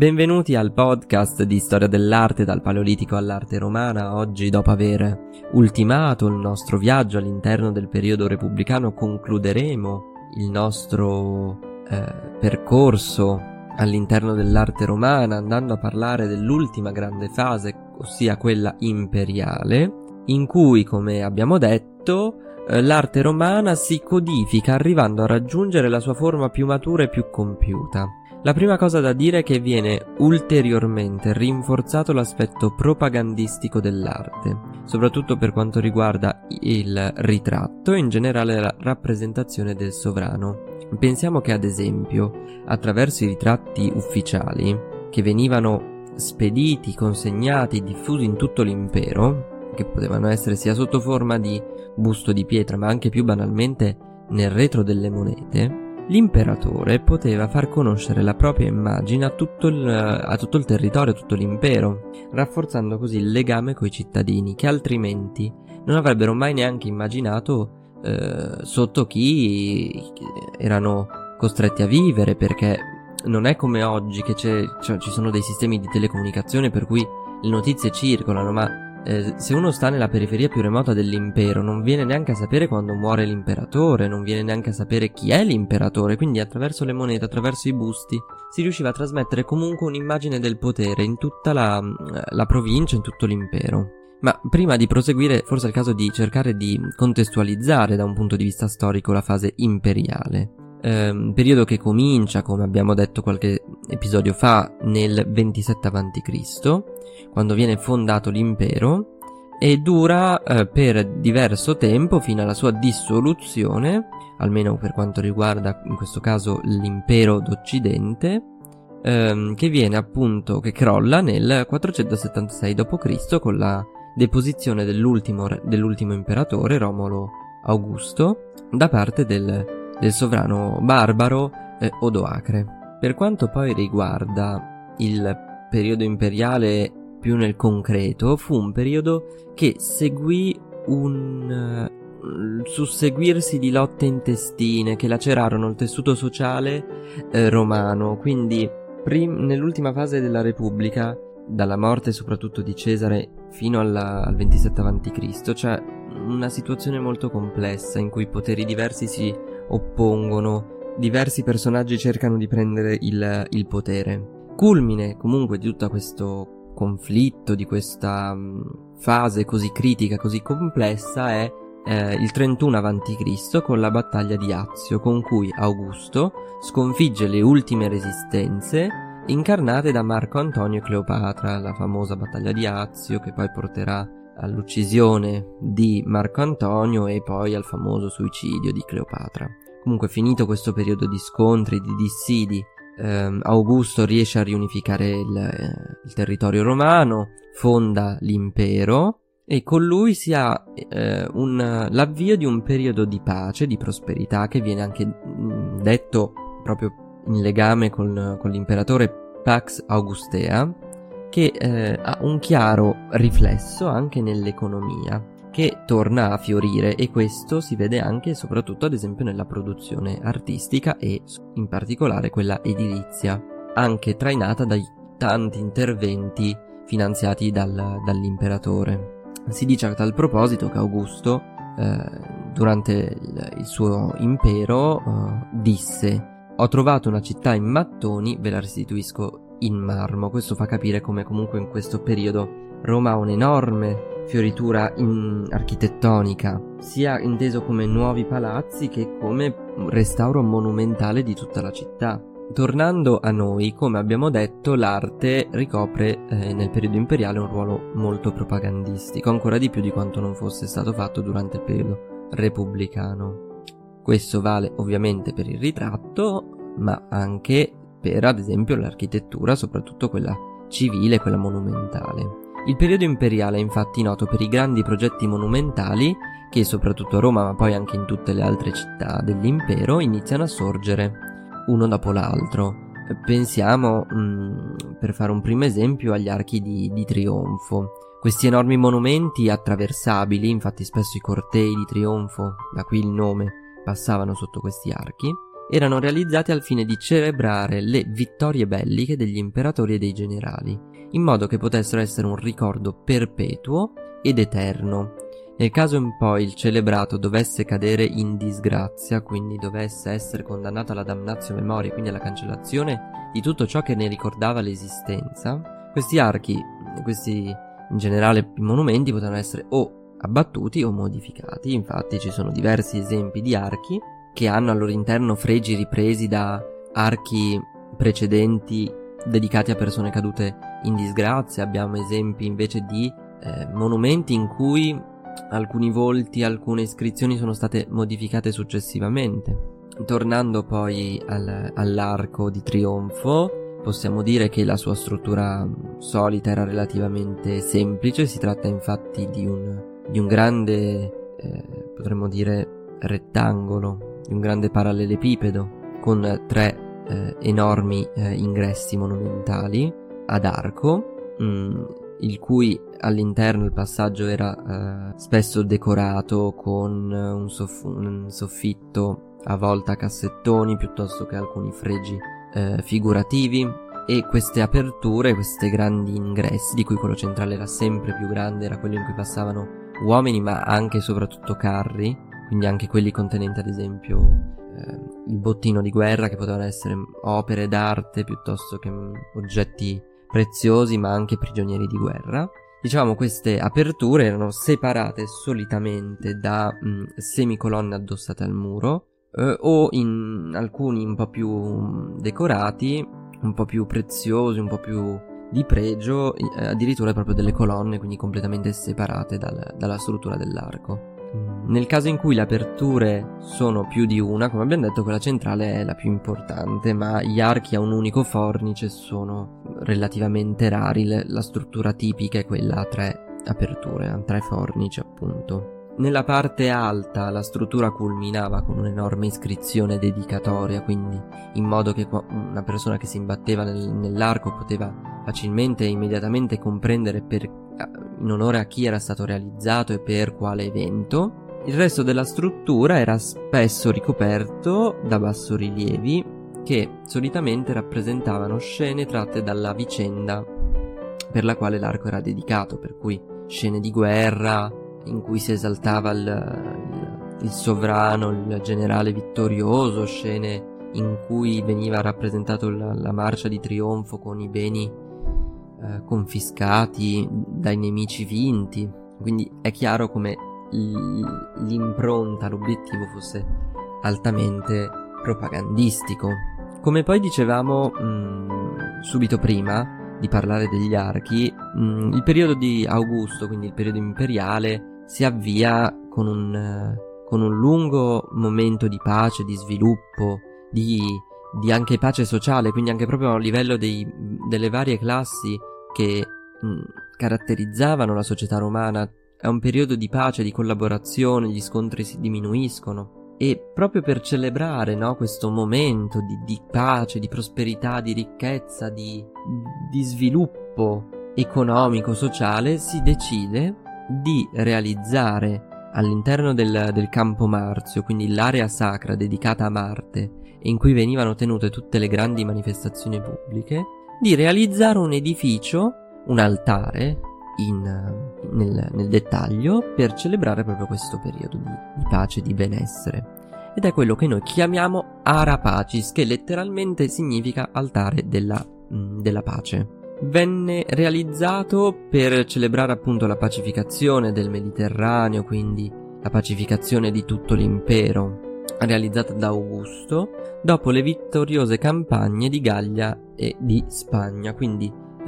Benvenuti al podcast di storia dell'arte dal Paleolitico all'arte romana. Oggi, dopo aver ultimato il nostro viaggio all'interno del periodo repubblicano, concluderemo il nostro percorso all'interno dell'arte romana andando a parlare dell'ultima grande fase, ossia quella imperiale, in cui, come abbiamo detto, l'arte romana si codifica arrivando a raggiungere la sua forma più matura e più compiuta. La prima cosa da dire è che viene ulteriormente rinforzato l'aspetto propagandistico dell'arte, soprattutto per quanto riguarda il ritratto e in generale la rappresentazione del sovrano. Pensiamo che, ad esempio, attraverso i ritratti ufficiali che venivano spediti, consegnati, diffusi in tutto l'impero, che potevano essere sia sotto forma di busto di pietra ma anche più banalmente nel retro delle monete, l'imperatore poteva far conoscere la propria immagine a tutto il territorio, a tutto l'impero, rafforzando così il legame coi cittadini che altrimenti non avrebbero mai neanche immaginato sotto chi erano costretti a vivere, perché non è come oggi che ci sono dei sistemi di telecomunicazione per cui le notizie circolano, ma se uno sta nella periferia più remota dell'impero non viene neanche a sapere quando muore l'imperatore, non viene neanche a sapere chi è l'imperatore, quindi attraverso le monete, attraverso i busti, si riusciva a trasmettere comunque un'immagine del potere in tutta la provincia, in tutto l'impero. Ma prima di proseguire, forse è il caso di cercare di contestualizzare da un punto di vista storico la fase imperiale. Periodo che comincia, come abbiamo detto qualche episodio fa, nel 27 a.C., quando viene fondato l'impero, e dura per diverso tempo fino alla sua dissoluzione, almeno per quanto riguarda in questo caso l'impero d'Occidente, che crolla nel 476 d.C. con la deposizione dell'ultimo imperatore, Romolo Augusto, da parte del sovrano barbaro Odoacre. Per quanto poi riguarda il periodo imperiale più nel concreto, fu un periodo che seguì un susseguirsi di lotte intestine che lacerarono il tessuto sociale romano. Quindi nell'ultima fase della Repubblica, dalla morte soprattutto di Cesare fino al 27 a.C., c'è una situazione molto complessa in cui poteri diversi si oppongono, diversi personaggi cercano di prendere il potere. Culmine comunque di tutto questo conflitto, di questa fase così critica, così complessa, è il 31 a.C. con la battaglia di Azio, con cui Augusto sconfigge le ultime resistenze incarnate da Marco Antonio e Cleopatra, la famosa battaglia di Azio che poi porterà all'uccisione di Marco Antonio e poi al famoso suicidio di Cleopatra. Comunque, finito questo periodo di scontri, di dissidi, Augusto riesce a riunificare il territorio romano, fonda l'impero e con lui si ha l'avvio di un periodo di pace, di prosperità, che viene anche detto proprio in legame con l'imperatore Pax Augustea, che ha un chiaro riflesso anche nell'economia, che torna a fiorire, e questo si vede anche e soprattutto ad esempio nella produzione artistica e in particolare quella edilizia, anche trainata dai tanti interventi finanziati dall'imperatore. Si dice a tal proposito che Augusto durante il suo impero disse: «Ho trovato una città in mattoni, ve la restituisco in marmo». Questo fa capire come comunque in questo periodo Roma ha un'enorme fioritura architettonica, sia inteso come nuovi palazzi che come restauro monumentale di tutta la città. Tornando a noi, come abbiamo detto, l'arte ricopre nel periodo imperiale un ruolo molto propagandistico, ancora di più di quanto non fosse stato fatto durante il periodo repubblicano. Questo vale ovviamente per il ritratto, ma anche per, ad esempio, l'architettura, soprattutto quella civile, quella monumentale. Il periodo imperiale è infatti noto per i grandi progetti monumentali che, soprattutto a Roma, ma poi anche in tutte le altre città dell'impero, iniziano a sorgere uno dopo l'altro. Pensiamo, per fare un primo esempio, agli archi di trionfo. Questi enormi monumenti attraversabili, infatti spesso i cortei di trionfo, da qui il nome, passavano sotto questi archi, erano realizzati al fine di celebrare le vittorie belliche degli imperatori e dei generali, in modo che potessero essere un ricordo perpetuo ed eterno. Nel caso in poi il celebrato dovesse cadere in disgrazia, quindi dovesse essere condannato alla damnatio memoriae, quindi alla cancellazione di tutto ciò che ne ricordava l'esistenza, questi archi, questi in generale monumenti, potevano essere o abbattuti o modificati. Infatti ci sono diversi esempi di archi che hanno al loro interno fregi ripresi da archi precedenti dedicati a persone cadute in disgrazia. Abbiamo esempi invece di monumenti in cui alcuni volti, alcune iscrizioni sono state modificate successivamente. Tornando poi all'arco di trionfo, possiamo dire che la sua struttura solita era relativamente semplice. Si tratta infatti di un grande, potremmo dire, rettangolo, di un grande parallelepipedo con 3 enormi ingressi monumentali ad arco, il cui all'interno il passaggio era spesso decorato con un soffitto a volta a cassettoni piuttosto che alcuni fregi figurativi, e queste aperture, questi grandi ingressi, di cui quello centrale era sempre più grande, era quello in cui passavano uomini ma anche e soprattutto carri, quindi anche quelli contenenti ad esempio il bottino di guerra, che potevano essere opere d'arte piuttosto che oggetti preziosi, ma anche prigionieri di guerra. Diciamo, queste aperture erano separate solitamente da semicolonne addossate al muro, o in alcuni un po' più decorati, un po' più preziosi, un po' più di pregio, addirittura proprio delle colonne, quindi completamente separate dalla struttura dell'arco. Nel caso in cui le aperture sono più di una, come abbiamo detto, quella centrale è la più importante, ma gli archi a un unico fornice sono relativamente rari. La struttura tipica è quella a 3 aperture, a 3 fornici appunto. Nella parte alta la struttura culminava con un'enorme iscrizione dedicatoria, quindi in modo che una persona che si imbatteva nell'arco poteva facilmente e immediatamente comprendere in onore a chi era stato realizzato e per quale evento. Il resto della struttura era spesso ricoperto da bassorilievi che solitamente rappresentavano scene tratte dalla vicenda per la quale l'arco era dedicato, per cui scene di guerra in cui si esaltava il sovrano, il generale vittorioso, scene in cui veniva rappresentato la marcia di trionfo con i beni confiscati dai nemici vinti. Quindi è chiaro come l'impronta, l'obiettivo fosse altamente propagandistico. Come poi dicevamo subito prima di parlare degli archi, il periodo di Augusto, quindi il periodo imperiale, si avvia con un lungo momento di pace, di sviluppo, di anche pace sociale, quindi anche proprio a livello delle varie classi che caratterizzavano la società romana. È un periodo di pace, di collaborazione, gli scontri si diminuiscono, e proprio per celebrare, no, questo momento di pace, di prosperità, di ricchezza, di sviluppo economico, sociale, si decide di realizzare all'interno del Campo Marzio, quindi l'area sacra dedicata a Marte, in cui venivano tenute tutte le grandi manifestazioni pubbliche, di realizzare un edificio, un altare nel dettaglio, per celebrare proprio questo periodo di pace e di benessere. Ed è quello che noi chiamiamo Ara Pacis, che letteralmente significa altare della pace. Venne realizzato per celebrare appunto la pacificazione del Mediterraneo, quindi la pacificazione di tutto l'impero, realizzata da Augusto dopo le vittoriose campagne di Gallia e di Spagna, quindi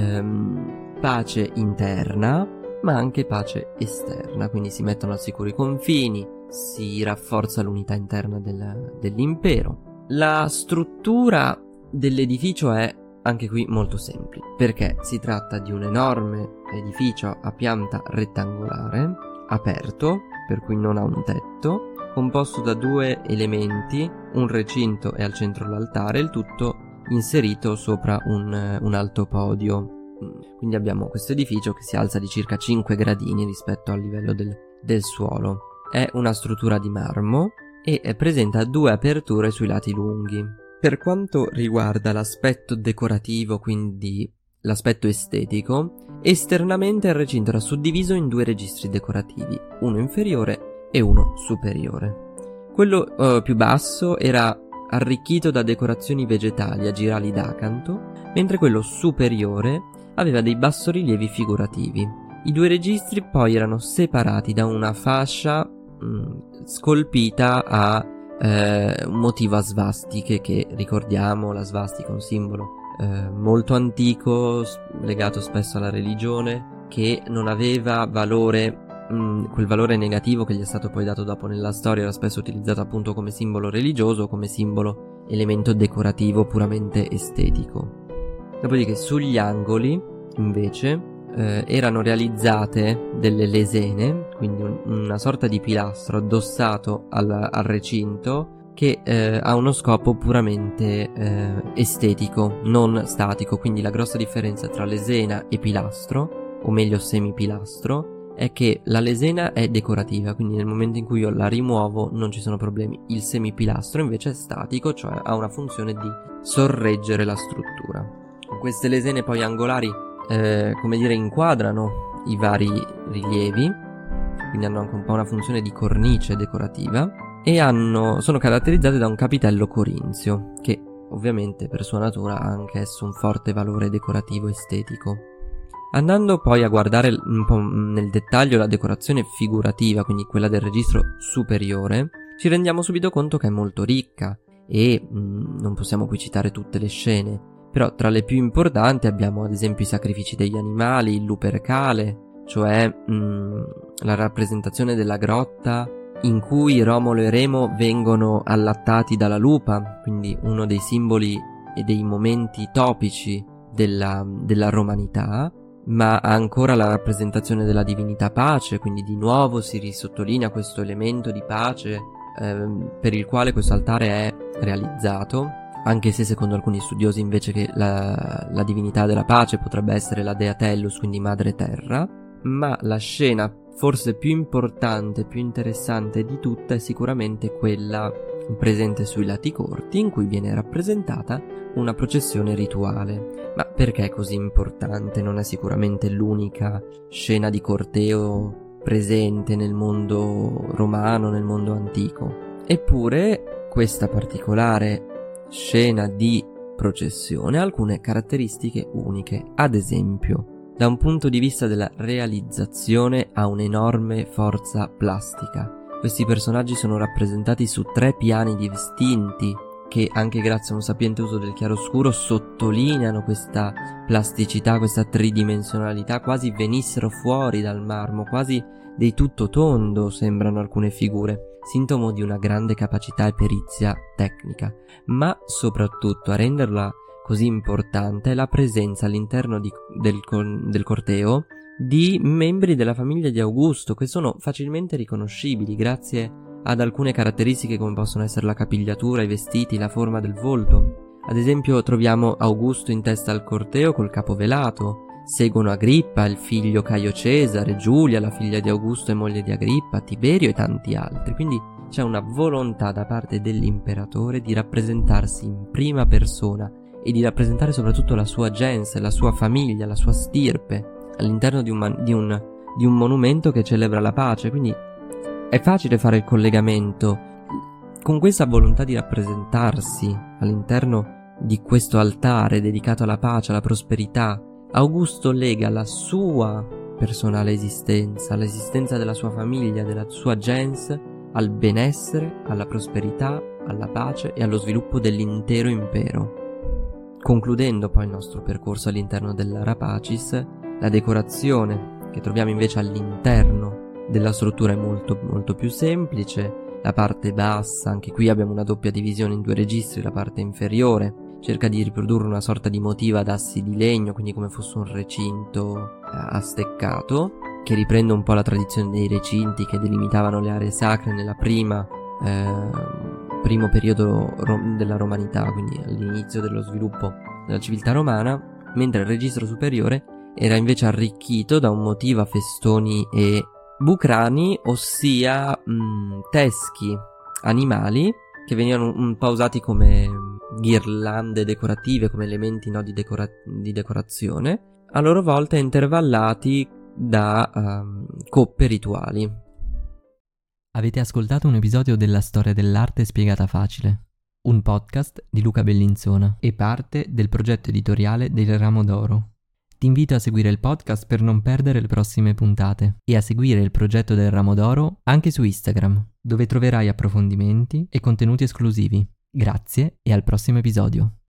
pace interna ma anche pace esterna, quindi si mettono al sicuro i confini, si rafforza l'unità interna dell'impero. La struttura dell'edificio è anche qui molto semplice, perché si tratta di un enorme edificio a pianta rettangolare, aperto, per cui non ha un tetto, composto da 2 elementi, un recinto e al centro l'altare, il tutto inserito sopra un alto podio. Quindi abbiamo questo edificio che si alza di circa 5 gradini rispetto al livello del suolo. È una struttura di marmo e presenta 2 aperture sui lati lunghi. Per quanto riguarda l'aspetto decorativo, quindi l'aspetto estetico, esternamente il recinto era suddiviso in 2 registri decorativi, uno inferiore e uno superiore. Quello più basso era arricchito da decorazioni vegetali a girali d'acanto, mentre quello superiore aveva dei bassorilievi figurativi. I 2 registri poi erano separati da una fascia scolpita a un motivo a svastiche, che ricordiamo, la svastica, un simbolo molto antico, legato spesso alla religione, che non aveva valore, quel valore negativo che gli è stato poi dato dopo nella storia. Era spesso utilizzato appunto come simbolo religioso, come simbolo, elemento decorativo puramente estetico. Dopodiché sugli angoli invece erano realizzate delle lesene, quindi una sorta di pilastro addossato al recinto, che ha uno scopo puramente estetico, non statico. Quindi la grossa differenza tra lesena e pilastro, o meglio semipilastro, è che la lesena è decorativa, quindi nel momento in cui io la rimuovo non ci sono problemi. Il semipilastro invece è statico, cioè ha una funzione di sorreggere la struttura. Queste lesene poi angolari inquadrano i vari rilievi, quindi hanno anche un po' una funzione di cornice decorativa, e sono caratterizzate da un capitello corinzio, che ovviamente per sua natura ha anche esso un forte valore decorativo estetico. Andando poi a guardare un po' nel dettaglio la decorazione figurativa, quindi quella del registro superiore, ci rendiamo subito conto che è molto ricca, e non possiamo qui citare tutte le scene, però tra le più importanti abbiamo ad esempio i sacrifici degli animali, il Lupercale, cioè la rappresentazione della grotta in cui Romolo e Remo vengono allattati dalla lupa, quindi uno dei simboli e dei momenti topici della romanità, ma ancora la rappresentazione della divinità pace, quindi di nuovo si risottolinea questo elemento di pace per il quale questo altare è realizzato, anche se secondo alcuni studiosi invece che la divinità della pace potrebbe essere la dea Tellus, quindi madre terra. Ma la scena forse più importante, più interessante di tutta è sicuramente quella presente sui lati corti, in cui viene rappresentata una processione rituale. Ma perché è così importante? Non è sicuramente l'unica scena di corteo presente nel mondo romano, nel mondo antico. Eppure questa particolare scena di processione ha alcune caratteristiche uniche. Ad esempio, da un punto di vista della realizzazione, ha un'enorme forza plastica. Questi personaggi sono rappresentati su 3 piani distinti che, anche grazie a un sapiente uso del chiaroscuro, sottolineano questa plasticità, questa tridimensionalità, quasi venissero fuori dal marmo, quasi dei tutto tondo sembrano alcune figure, sintomo di una grande capacità e perizia tecnica. Ma soprattutto a renderla così importante è la presenza all'interno del corteo di membri della famiglia di Augusto, che sono facilmente riconoscibili grazie ad alcune caratteristiche come possono essere la capigliatura, i vestiti, la forma del volto. Ad esempio troviamo Augusto in testa al corteo col capo velato, seguono Agrippa, il figlio Caio Cesare, Giulia, la figlia di Augusto e moglie di Agrippa, Tiberio e tanti altri. Quindi c'è una volontà da parte dell'imperatore di rappresentarsi in prima persona e di rappresentare soprattutto la sua gens, la sua famiglia, la sua stirpe all'interno di un monumento che celebra la pace. Quindi è facile fare il collegamento con questa volontà di rappresentarsi all'interno di questo altare dedicato alla pace, alla prosperità. Augusto lega la sua personale esistenza, l'esistenza della sua famiglia, della sua gens, al benessere, alla prosperità, alla pace e allo sviluppo dell'intero impero. Concludendo poi il nostro percorso all'interno dell'Ara Pacis, la decorazione che troviamo invece all'interno della struttura è molto molto più semplice. La parte bassa, anche qui abbiamo una doppia divisione in 2 registri. La parte inferiore cerca di riprodurre una sorta di motiva ad assi di legno, quindi come fosse un recinto a steccato, che riprende un po' la tradizione dei recinti che delimitavano le aree sacre nella primo periodo della romanità, quindi all'inizio dello sviluppo della civiltà romana, mentre il registro superiore era invece arricchito da un motivo a festoni e bucrani, ossia teschi animali che venivano un po' usati come ghirlande decorative, come elementi, no, di decorazione, a loro volta intervallati da coppe rituali. Avete ascoltato un episodio della Storia dell'arte spiegata facile, un podcast di Luca Bellinzona e parte del progetto editoriale del Ramo d'Oro. Ti invito a seguire il podcast per non perdere le prossime puntate e a seguire il progetto del Ramo d'Oro anche su Instagram, dove troverai approfondimenti e contenuti esclusivi. Grazie e al prossimo episodio.